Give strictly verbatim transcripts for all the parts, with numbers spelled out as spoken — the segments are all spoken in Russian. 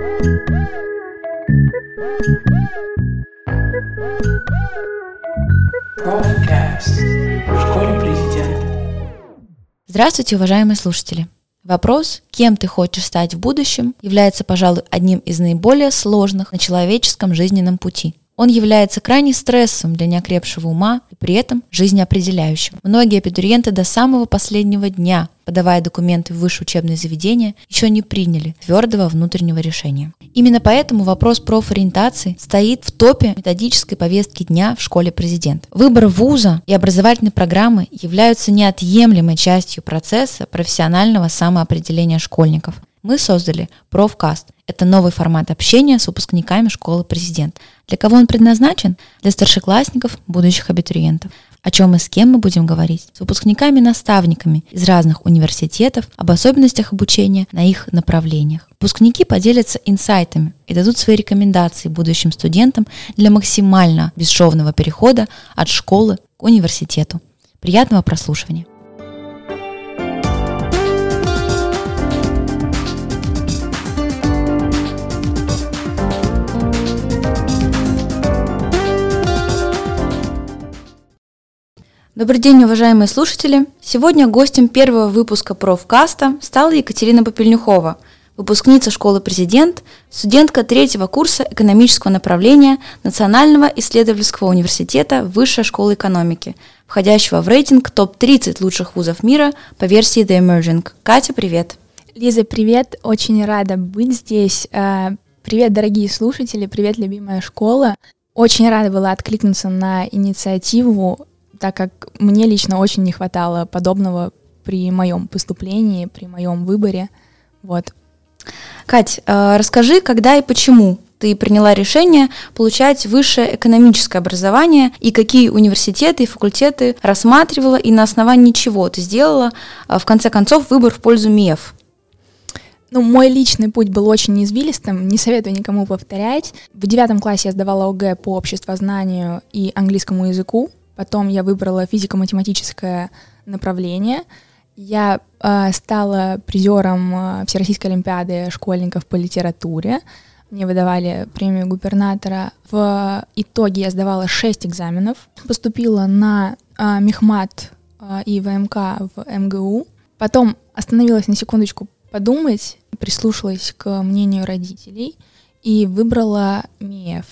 Профкаст в школе президента. Здравствуйте, уважаемые слушатели! Вопрос, кем ты хочешь стать в будущем, является, пожалуй, одним из наиболее сложных на человеческом жизненном пути. Он является крайне стрессом для неокрепшего ума и при этом жизнеопределяющим. Многие абитуриенты до самого последнего дня, подавая документы в высшее учебное заведение, еще не приняли твердого внутреннего решения. Именно поэтому вопрос профориентации стоит в топе методической повестки дня в школе президента. Выбор вуза и образовательной программы являются неотъемлемой частью процесса профессионального самоопределения школьников. Мы создали Профкаст. Это новый формат общения с выпускниками школы президента. Для кого он предназначен? Для старшеклассников, будущих абитуриентов. О чем и с кем мы будем говорить? С выпускниками-наставниками из разных университетов об особенностях обучения на их направлениях. Выпускники поделятся инсайтами и дадут свои рекомендации будущим студентам для максимально бесшовного перехода от школы к университету. Приятного прослушивания! Добрый день, уважаемые слушатели! Сегодня гостем первого выпуска Профкаста стала Екатерина Попельнюхова, выпускница школы «Президент», студентка третьего курса экономического направления Национального исследовательского университета Высшей школы экономики, входящего в рейтинг топ тридцать лучших вузов мира по версии The Emerging. Катя, привет! Лиза, привет! Очень рада быть здесь. Привет, дорогие слушатели! Привет, любимая школа! Очень рада была откликнуться на инициативу, так как мне лично очень не хватало подобного при моем поступлении, при моем выборе. Вот. Кать, расскажи, когда и почему ты приняла решение получать высшее экономическое образование и какие университеты и факультеты рассматривала и на основании чего ты сделала, в конце концов, выбор в пользу МИЭФ? Ну, мой личный путь был очень извилистым, не советую никому повторять. В девятом классе я сдавала ОГЭ по обществознанию и английскому языку. Потом я выбрала физико-математическое направление. Я э, стала призером э, Всероссийской олимпиады школьников по литературе. Мне выдавали премию губернатора. В итоге я сдавала шесть экзаменов. Поступила на э, мехмат э, и ВМК в МГУ. Потом остановилась на секундочку подумать, прислушалась к мнению родителей и выбрала МИЭФ.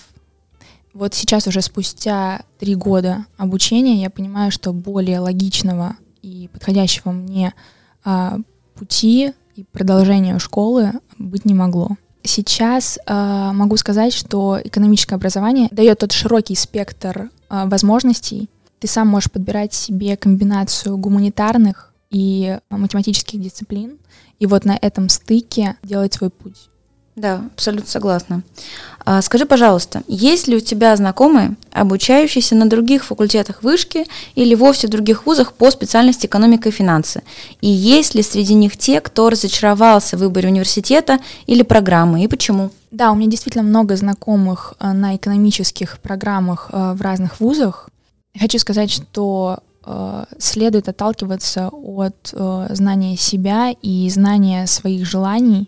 Вот сейчас уже спустя три года обучения я понимаю, что более логичного и подходящего мне а, пути и продолжения школы быть не могло. Сейчас а, могу сказать, что экономическое образование дает тот широкий спектр а, возможностей. Ты сам можешь подбирать себе комбинацию гуманитарных и математических дисциплин, и вот на этом стыке делать свой путь. Да, абсолютно согласна. А, скажи, пожалуйста, есть ли у тебя знакомые, обучающиеся на других факультетах вышки или вовсе других вузах по специальности экономика и финансы? И есть ли среди них те, кто разочаровался в выборе университета или программы, и почему? Да, у меня действительно много знакомых на экономических программах в разных вузах. Хочу сказать, что следует отталкиваться от знания себя и знания своих желаний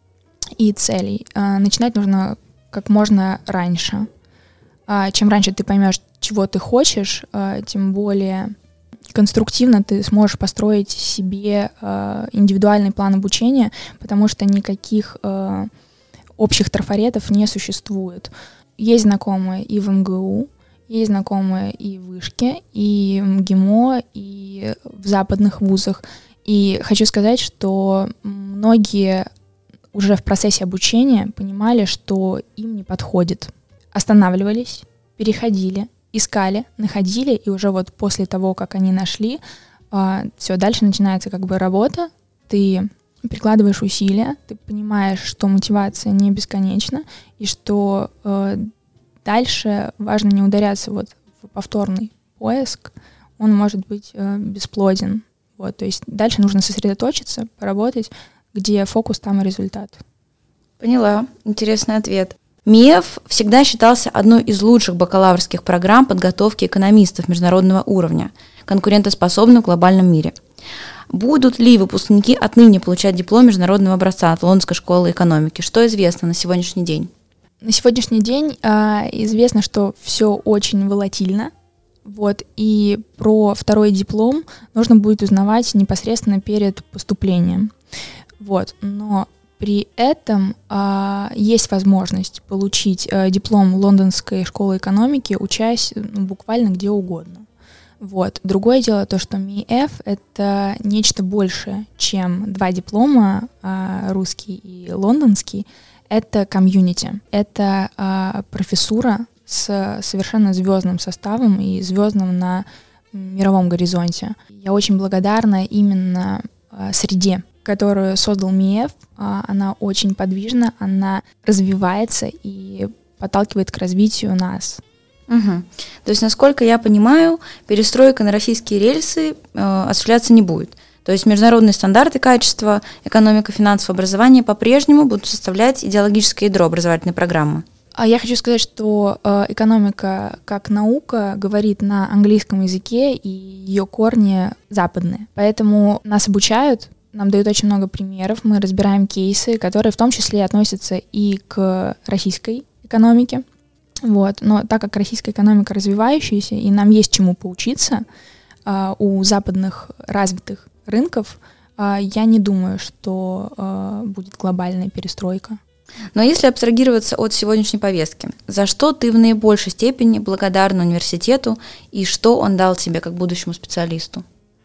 и целей. Начинать нужно как можно раньше. Чем раньше ты поймешь, чего ты хочешь, тем более конструктивно ты сможешь построить себе индивидуальный план обучения, потому что никаких общих трафаретов не существует. Есть знакомые и в МГУ, есть знакомые и в Вышке, и в МГИМО, и в западных вузах. И хочу сказать, что многие уже в процессе обучения понимали, что им не подходит. Останавливались, переходили, искали, находили, и уже вот после того, как они нашли, все, дальше начинается как бы работа, ты прикладываешь усилия, ты понимаешь, что мотивация не бесконечна, и что э, дальше важно не ударяться вот в повторный поиск, он может быть э, бесплоден. Вот, то есть дальше нужно сосредоточиться, поработать, где фокус, там и результат. Поняла. Интересный ответ. МИЭФ всегда считался одной из лучших бакалаврских программ подготовки экономистов международного уровня, конкурентоспособных в глобальном мире. Будут ли выпускники отныне получать диплом международного образца от Лондонской школы экономики? Что известно на сегодняшний день? На сегодняшний день э, известно, что все очень волатильно. Вот, и про второй диплом нужно будет узнавать непосредственно перед поступлением. Вот, но при этом э, есть возможность получить э, диплом Лондонской школы экономики, учась ну, буквально где угодно. Вот. Другое дело то, что эм и эф — это нечто большее, чем два диплома, э, русский и лондонский. Это комьюнити, это э, профессура с совершенно звездным составом и звездным на мировом горизонте. Я очень благодарна именно э, среде, которую создал эм и эф. Э, она очень подвижна, она развивается и подталкивает к развитию нас. Угу. То есть, насколько я понимаю, перестройка на российские рельсы э, осуществляться не будет. То есть международные стандарты качества, экономика, финансовое образование по-прежнему будут составлять идеологическое ядро образовательной программы. А я хочу сказать, что э, экономика как наука говорит на английском языке, и ее корни западные. Поэтому нас обучают, нам дают очень много примеров, мы разбираем кейсы, которые в том числе относятся и к российской экономике. Вот. Но так как российская экономика развивающаяся, и нам есть чему поучиться э, у западных развитых рынков, э, я не думаю, что э, будет глобальная перестройка. Но если абстрагироваться от сегодняшней повестки, за что ты в наибольшей степени благодарна университету и что он дал тебе как будущему специалисту?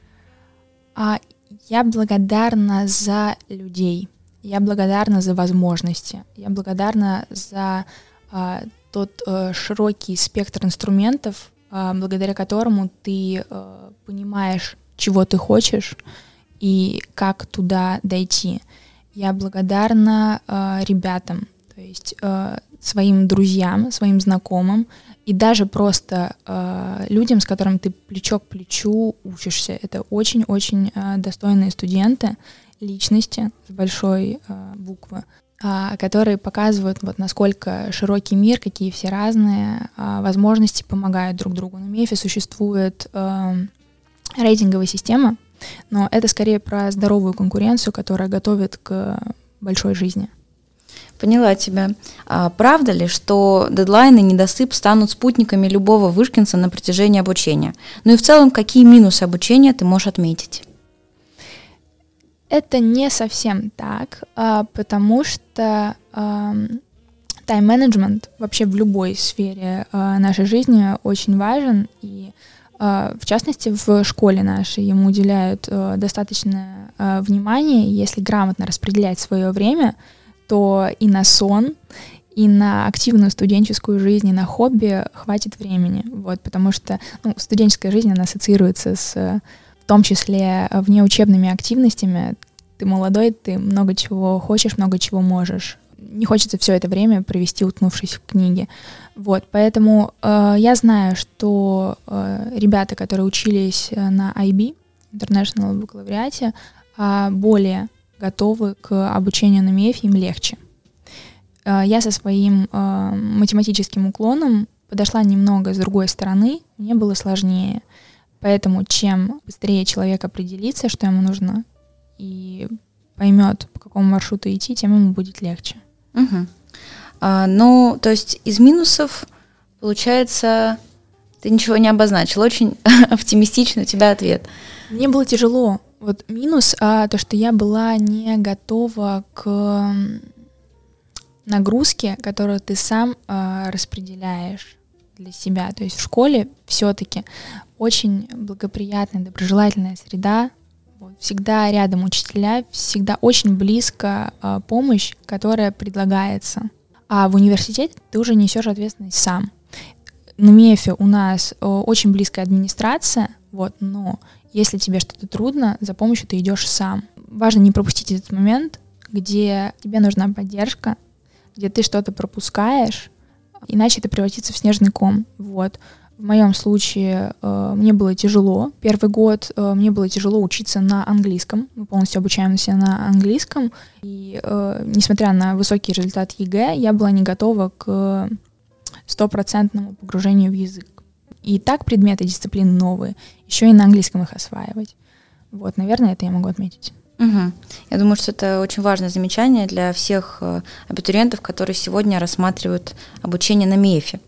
А я благодарна за людей, я благодарна за возможности, я благодарна за а, тот а, широкий спектр инструментов, а, благодаря которому ты а, понимаешь, чего ты хочешь и как туда дойти. Я благодарна э, ребятам, то есть э, своим друзьям, своим знакомым и даже просто э, людям, с которыми ты плечо к плечу учишься. Это очень-очень э, достойные студенты, личности с большой э, буквы, э, которые показывают, вот, насколько широкий мир, какие все разные э, возможности помогают друг другу. На эм и эф существует э, рейтинговая система, но это скорее про здоровую конкуренцию, которая готовит к большой жизни. Поняла тебя. А правда ли, что дедлайны и недосып станут спутниками любого вышкинца на протяжении обучения? Ну и в целом, какие минусы обучения ты можешь отметить? Это не совсем так, потому что тайм-менеджмент вообще в любой сфере нашей жизни очень важен, и в частности, в школе нашей ему уделяют э, достаточное э, внимание. Если грамотно распределять свое время, то и на сон, и на активную студенческую жизнь, и на хобби хватит времени. Вот, потому что ну, студенческая жизнь, она ассоциируется с, в том числе, внеучебными активностями. Ты молодой, ты много чего хочешь, много чего можешь. Не хочется все это время провести, уткнувшись в книги. Вот, поэтому э, я знаю, что э, ребята, которые учились на ай би, International Baccalaureate, э, более готовы к обучению на эм и эф, им легче. Э, я со своим э, математическим уклоном подошла немного с другой стороны, мне было сложнее. Поэтому чем быстрее человек определится, что ему нужно, и поймет, по какому маршруту идти, тем ему будет легче. Угу. А, ну, то есть из минусов, получается, ты ничего не обозначил. Очень оптимистичный у тебя ответ. Мне было тяжело. Вот минус, а, то, что я была не готова к нагрузке, которую ты сам а, распределяешь для себя. То есть в школе все-таки очень благоприятная, доброжелательная среда. Вот, всегда рядом учителя, всегда очень близко а, помощь, которая предлагается. А в университете ты уже несешь ответственность сам. На эм и эф у нас о, очень близкая администрация, вот, но если тебе что-то трудно, за помощью ты идешь сам. Важно не пропустить этот момент, где тебе нужна поддержка, где ты что-то пропускаешь, иначе это превратится в снежный ком. Вот. В моем случае э, мне было тяжело. Первый год э, мне было тяжело учиться на английском. Мы полностью обучаемся на английском. И э, несмотря на высокий результат ЕГЭ, я была не готова к стопроцентному погружению в язык. И так предметы, дисциплины новые. Еще и на английском их осваивать. Вот, наверное, это я могу отметить. Угу. Я думаю, что это очень важное замечание для всех абитуриентов, которые сегодня рассматривают обучение на МИЭФе.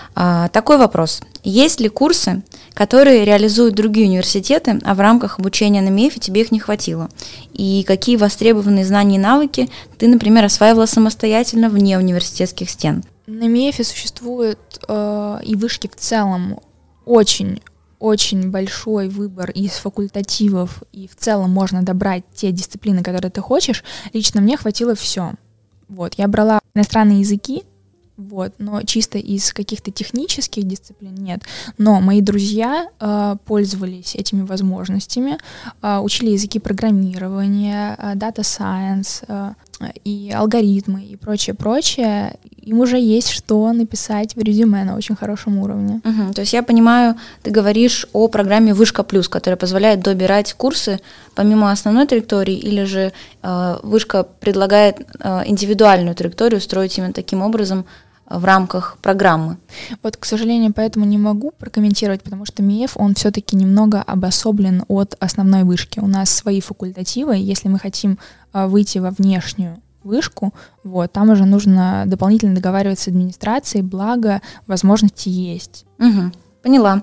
А, такой вопрос. Есть ли курсы, которые реализуют другие университеты, а в рамках обучения на МИЭФе тебе их не хватило? И какие востребованные знания и навыки ты, например, осваивала самостоятельно вне университетских стен? На МИЭФе существует э, и вышки в целом очень очень большой выбор из факультативов, и в целом можно добрать те дисциплины, которые ты хочешь. Лично мне хватило все. Вот, я брала иностранные языки, вот, но чисто из каких-то технических дисциплин нет. Но мои друзья э, пользовались этими возможностями, э, учили языки программирования, э, data science, э, и алгоритмы, и прочее-прочее. Им уже есть что написать в резюме на очень хорошем уровне. Угу, то есть я понимаю, ты говоришь о программе Вышка Плюс, которая позволяет добирать курсы помимо основной траектории, или же э, Вышка предлагает э, индивидуальную траекторию строить именно таким образом в рамках программы. Вот, к сожалению, поэтому не могу прокомментировать, потому что МИЭФ, он все-таки немного обособлен от основной вышки. У нас свои факультативы, если мы хотим а, выйти во внешнюю вышку, вот, там уже нужно дополнительно договариваться с администрацией, благо возможности есть. Угу, поняла.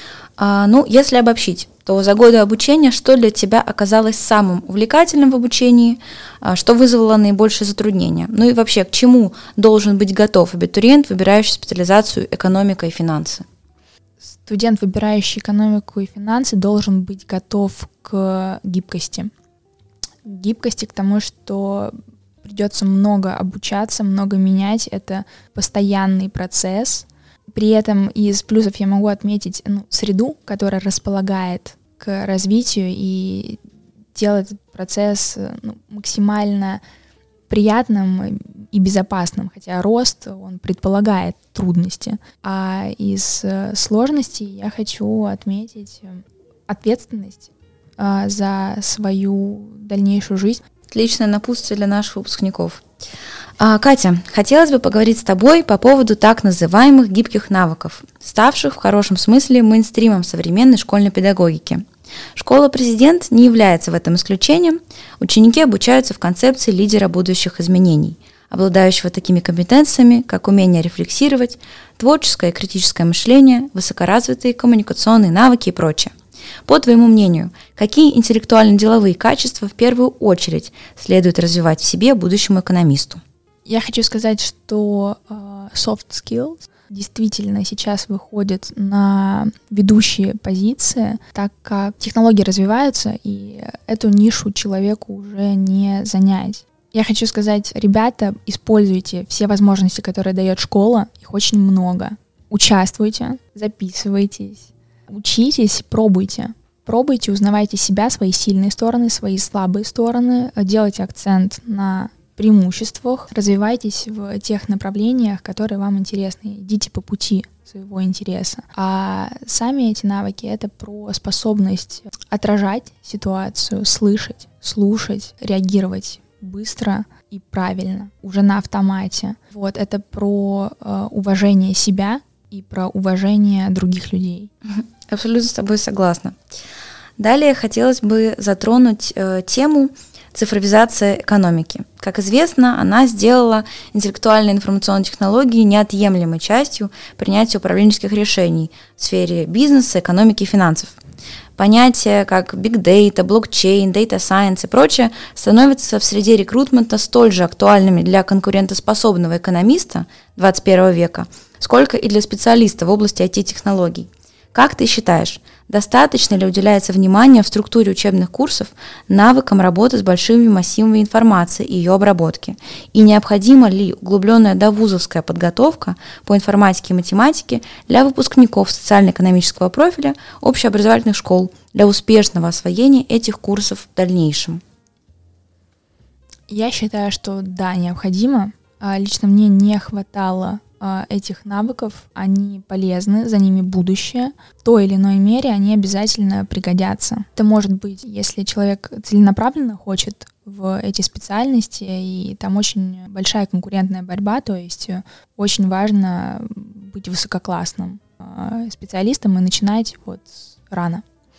А, ну, если обобщить, то за годы обучения что для тебя оказалось самым увлекательным в обучении, что вызвало наибольшее затруднение? Ну и вообще, к чему должен быть готов абитуриент, выбирающий специализацию экономика и финансы? Студент, выбирающий экономику и финансы, должен быть готов к гибкости. Гибкости к тому, что придется много обучаться, много менять. Это постоянный процесс. При этом из плюсов я могу отметить ну, среду, которая располагает к развитию и делает этот процесс ну, максимально приятным и безопасным, хотя рост, он предполагает трудности. А из сложностей я хочу отметить ответственность а, за свою дальнейшую жизнь. Отличное напутствие для наших выпускников. А, Катя, хотелось бы поговорить с тобой по поводу так называемых гибких навыков, ставших в хорошем смысле мейнстримом современной школьной педагогики. Школа «Президент» не является в этом исключением. Ученики обучаются в концепции лидера будущих изменений, обладающего такими компетенциями, как умение рефлексировать, творческое и критическое мышление, высокоразвитые коммуникационные навыки и прочее. По твоему мнению, какие интеллектуально-деловые качества в первую очередь следует развивать в себе будущему экономисту? Я хочу сказать, что uh, soft skills действительно сейчас выходят на ведущие позиции, так как технологии развиваются, и эту нишу человеку уже не занять. Я хочу сказать, ребята, используйте все возможности, которые дает школа, их очень много. Участвуйте, записывайтесь, учитесь, пробуйте. Пробуйте, узнавайте себя, свои сильные стороны, свои слабые стороны, делайте акцент на преимуществах, развивайтесь в тех направлениях, которые вам интересны, идите по пути своего интереса. А сами эти навыки — это про способность отражать ситуацию, слышать, слушать, реагировать быстро и правильно, уже на автомате. Вот, это про э, уважение себя и про уважение других людей. Абсолютно с тобой согласна. Далее хотелось бы затронуть э, тему цифровизация экономики. Как известно, она сделала интеллектуальные информационные технологии неотъемлемой частью принятия управленческих решений в сфере бизнеса, экономики и финансов. Понятия как big data, блокчейн, data science и прочее становятся в среде рекрутмента столь же актуальными для конкурентоспособного экономиста двадцать первого века, сколько и для специалиста в области ай ти-технологий. Как ты считаешь, достаточно ли уделяется внимание в структуре учебных курсов навыкам работы с большими массивами информации и ее обработки? И необходима ли углубленная довузовская подготовка по информатике и математике для выпускников социально-экономического профиля общеобразовательных школ для успешного освоения этих курсов в дальнейшем? Я считаю, что да, необходимо. Лично мне не хватало этих навыков, они полезны, за ними будущее. В той или иной мере они обязательно пригодятся. Это может быть, если человек целенаправленно хочет в эти специальности, и там очень большая конкурентная борьба, то есть очень важно быть высококлассным специалистом и начинать вот рано.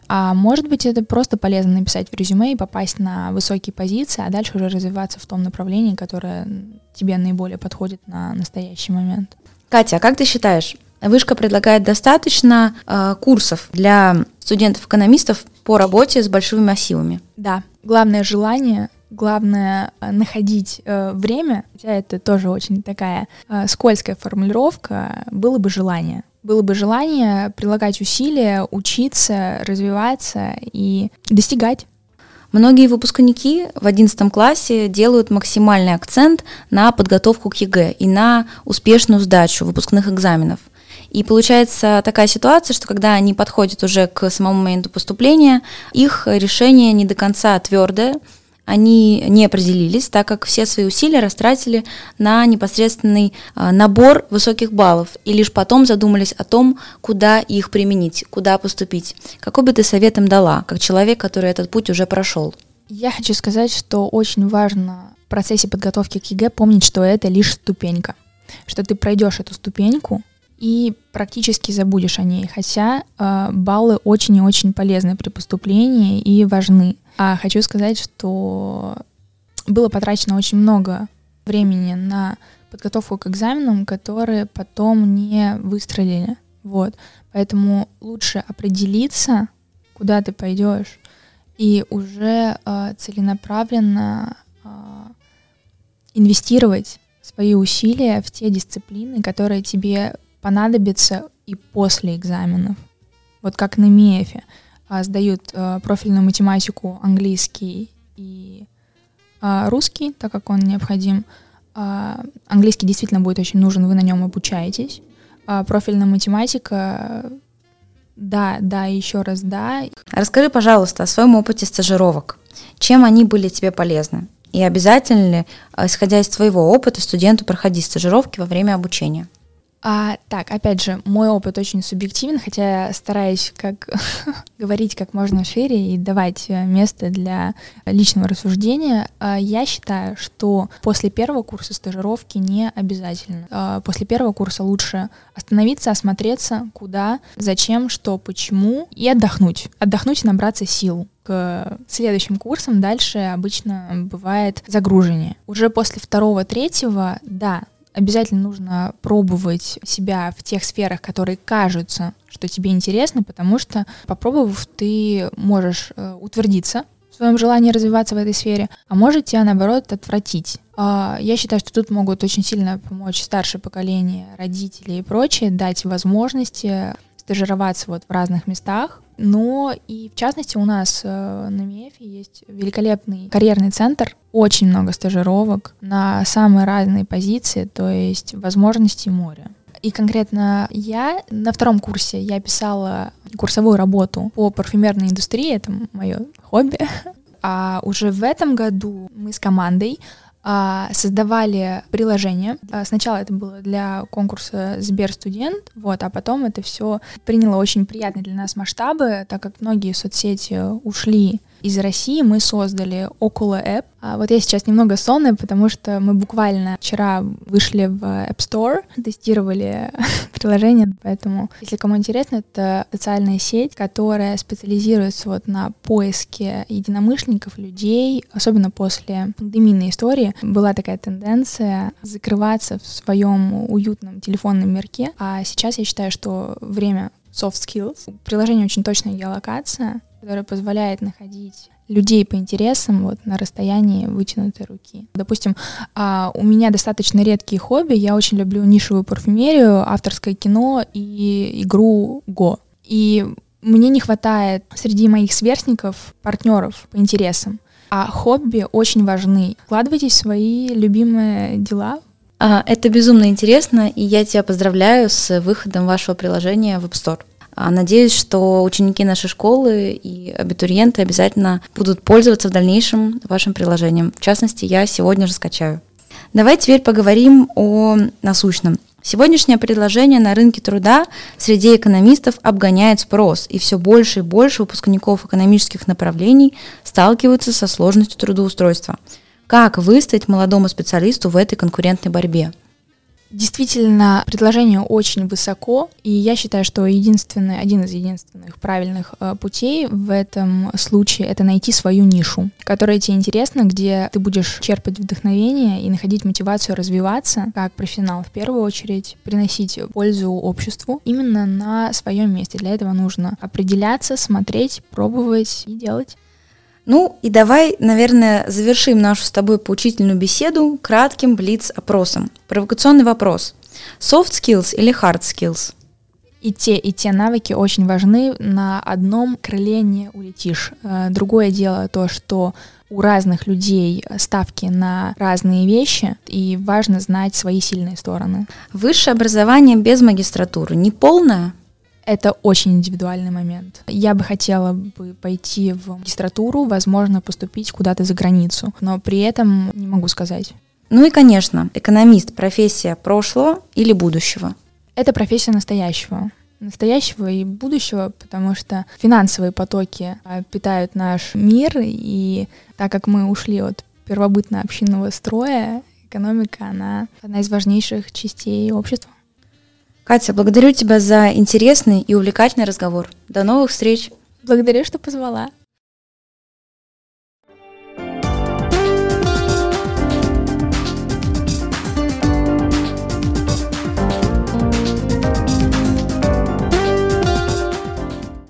А может быть, это просто полезно написать в резюме и попасть на высокие позиции, а дальше уже развиваться в том направлении, которое тебе наиболее подходит на настоящий момент. Катя, а как ты считаешь, Вышка предлагает достаточно э, курсов для студентов-экономистов по работе с большими массивами? Да, главное желание, главное э, находить э, время, хотя это тоже очень такая э, скользкая формулировка, было бы желание. Было бы желание прилагать усилия, учиться, развиваться и достигать. Многие выпускники в одиннадцатом классе делают максимальный акцент на подготовку к ЕГЭ и на успешную сдачу выпускных экзаменов. И получается такая ситуация, что когда они подходят уже к самому моменту поступления, их решение не до конца твердое, они не определились, так как все свои усилия растратили на непосредственный набор высоких баллов и лишь потом задумались о том, куда их применить, куда поступить. Какой бы ты совет им дала, как человек, который этот путь уже прошел? Я хочу сказать, что очень важно в процессе подготовки к ЕГЭ помнить, что это лишь ступенька, что ты пройдешь эту ступеньку и практически забудешь о ней, хотя э, баллы очень и очень полезны при поступлении и важны. А хочу сказать, что было потрачено очень много времени на подготовку к экзаменам, которые потом не выстрелили. Вот. Поэтому лучше определиться, куда ты пойдешь, и уже э, целенаправленно э, инвестировать свои усилия в те дисциплины, которые тебе понадобится и после экзаменов. Вот как на МИЭФе а, сдают а, профильную математику, английский и а, русский, так как он необходим. А, английский действительно будет очень нужен, вы на нем обучаетесь. А, профильная математика, да, да, еще раз да. Расскажи, пожалуйста, о своем опыте стажировок. Чем они были тебе полезны? И обязательно ли, исходя из твоего опыта, студенту проходить стажировки во время обучения? А, так, опять же, мой опыт очень субъективен, хотя я стараюсь как говорить как можно шире и давать место для личного рассуждения. А, я считаю, что после первого курса стажировки не обязательно. А, после первого курса лучше остановиться, осмотреться, куда, зачем, что, почему, и отдохнуть. Отдохнуть и набраться сил. К следующим курсам дальше обычно бывает загружение. Уже после второго, третьего, да, обязательно нужно пробовать себя в тех сферах, которые кажутся, что тебе интересны, потому что, попробовав, ты можешь э, утвердиться в своем желании развиваться в этой сфере, а может тебя, наоборот, отвратить. Э, я считаю, что тут могут очень сильно помочь старшее поколение, родители и прочее, дать возможности стажироваться вот в разных местах. Но и в частности у нас э, на МИЭФе есть великолепный карьерный центр, очень много стажировок на самые разные позиции, то есть возможностей море. И конкретно я на втором курсе я писала курсовую работу по парфюмерной индустрии, это мое хобби. А уже в этом году мы с командой создавали приложение. Сначала это было для конкурса Сберстудент, вот, а потом это все приняло очень приятные для нас масштабы, так как многие соцсети ушли из России, мы создали Около App. А вот я сейчас немного сонная, потому что мы буквально вчера вышли в App Store, тестировали приложение, поэтому, если кому интересно, это социальная сеть, которая специализируется вот на поиске единомышленников, людей, особенно после пандемийной истории. Была такая тенденция закрываться в своем уютном телефонном мирке, а сейчас я считаю, что время soft skills. Приложение очень точная геолокация, которая позволяет находить людей по интересам вот на расстоянии вытянутой руки. Допустим, у меня достаточно редкие хобби. Я очень люблю нишевую парфюмерию, авторское кино и игру Го. И мне не хватает среди моих сверстников партнеров по интересам. А хобби очень важны. Вкладывайтесь в свои любимые дела. Это безумно интересно, и я тебя поздравляю с выходом вашего приложения в App Store. Надеюсь, что ученики нашей школы и абитуриенты обязательно будут пользоваться в дальнейшем вашим приложением. В частности, я сегодня же скачаю. Давай теперь поговорим о насущном. Сегодняшнее предложение на рынке труда среди экономистов обгоняет спрос, и все больше и больше выпускников экономических направлений сталкиваются со сложностью трудоустройства. Как выстоять молодому специалисту в этой конкурентной борьбе? Действительно, предложение очень высоко, и я считаю, что единственный, один из единственных правильных э, путей в этом случае — это найти свою нишу, которая тебе интересна, где ты будешь черпать вдохновение и находить мотивацию развиваться как профессионал в первую очередь, приносить пользу обществу именно на своем месте. Для этого нужно определяться, смотреть, пробовать и делать. Ну и давай, наверное, завершим нашу с тобой поучительную беседу кратким блиц-опросом. Провокационный вопрос. Soft skills или hard skills? И те, и те навыки очень важны. На одном крыле не улетишь. Другое дело то, что у разных людей ставки на разные вещи, и важно знать свои сильные стороны. Высшее образование без магистратуры не полное? Это очень индивидуальный момент. Я бы хотела бы пойти в магистратуру, возможно, поступить куда-то за границу, но при этом не могу сказать. Ну и, конечно, экономист — профессия прошлого или будущего? Это профессия настоящего. Настоящего и будущего, потому что финансовые потоки питают наш мир, и так как мы ушли от первобытно-общинного строя, экономика, она одна из важнейших частей общества. Катя, благодарю тебя за интересный и увлекательный разговор. До новых встреч! Благодарю, что позвала.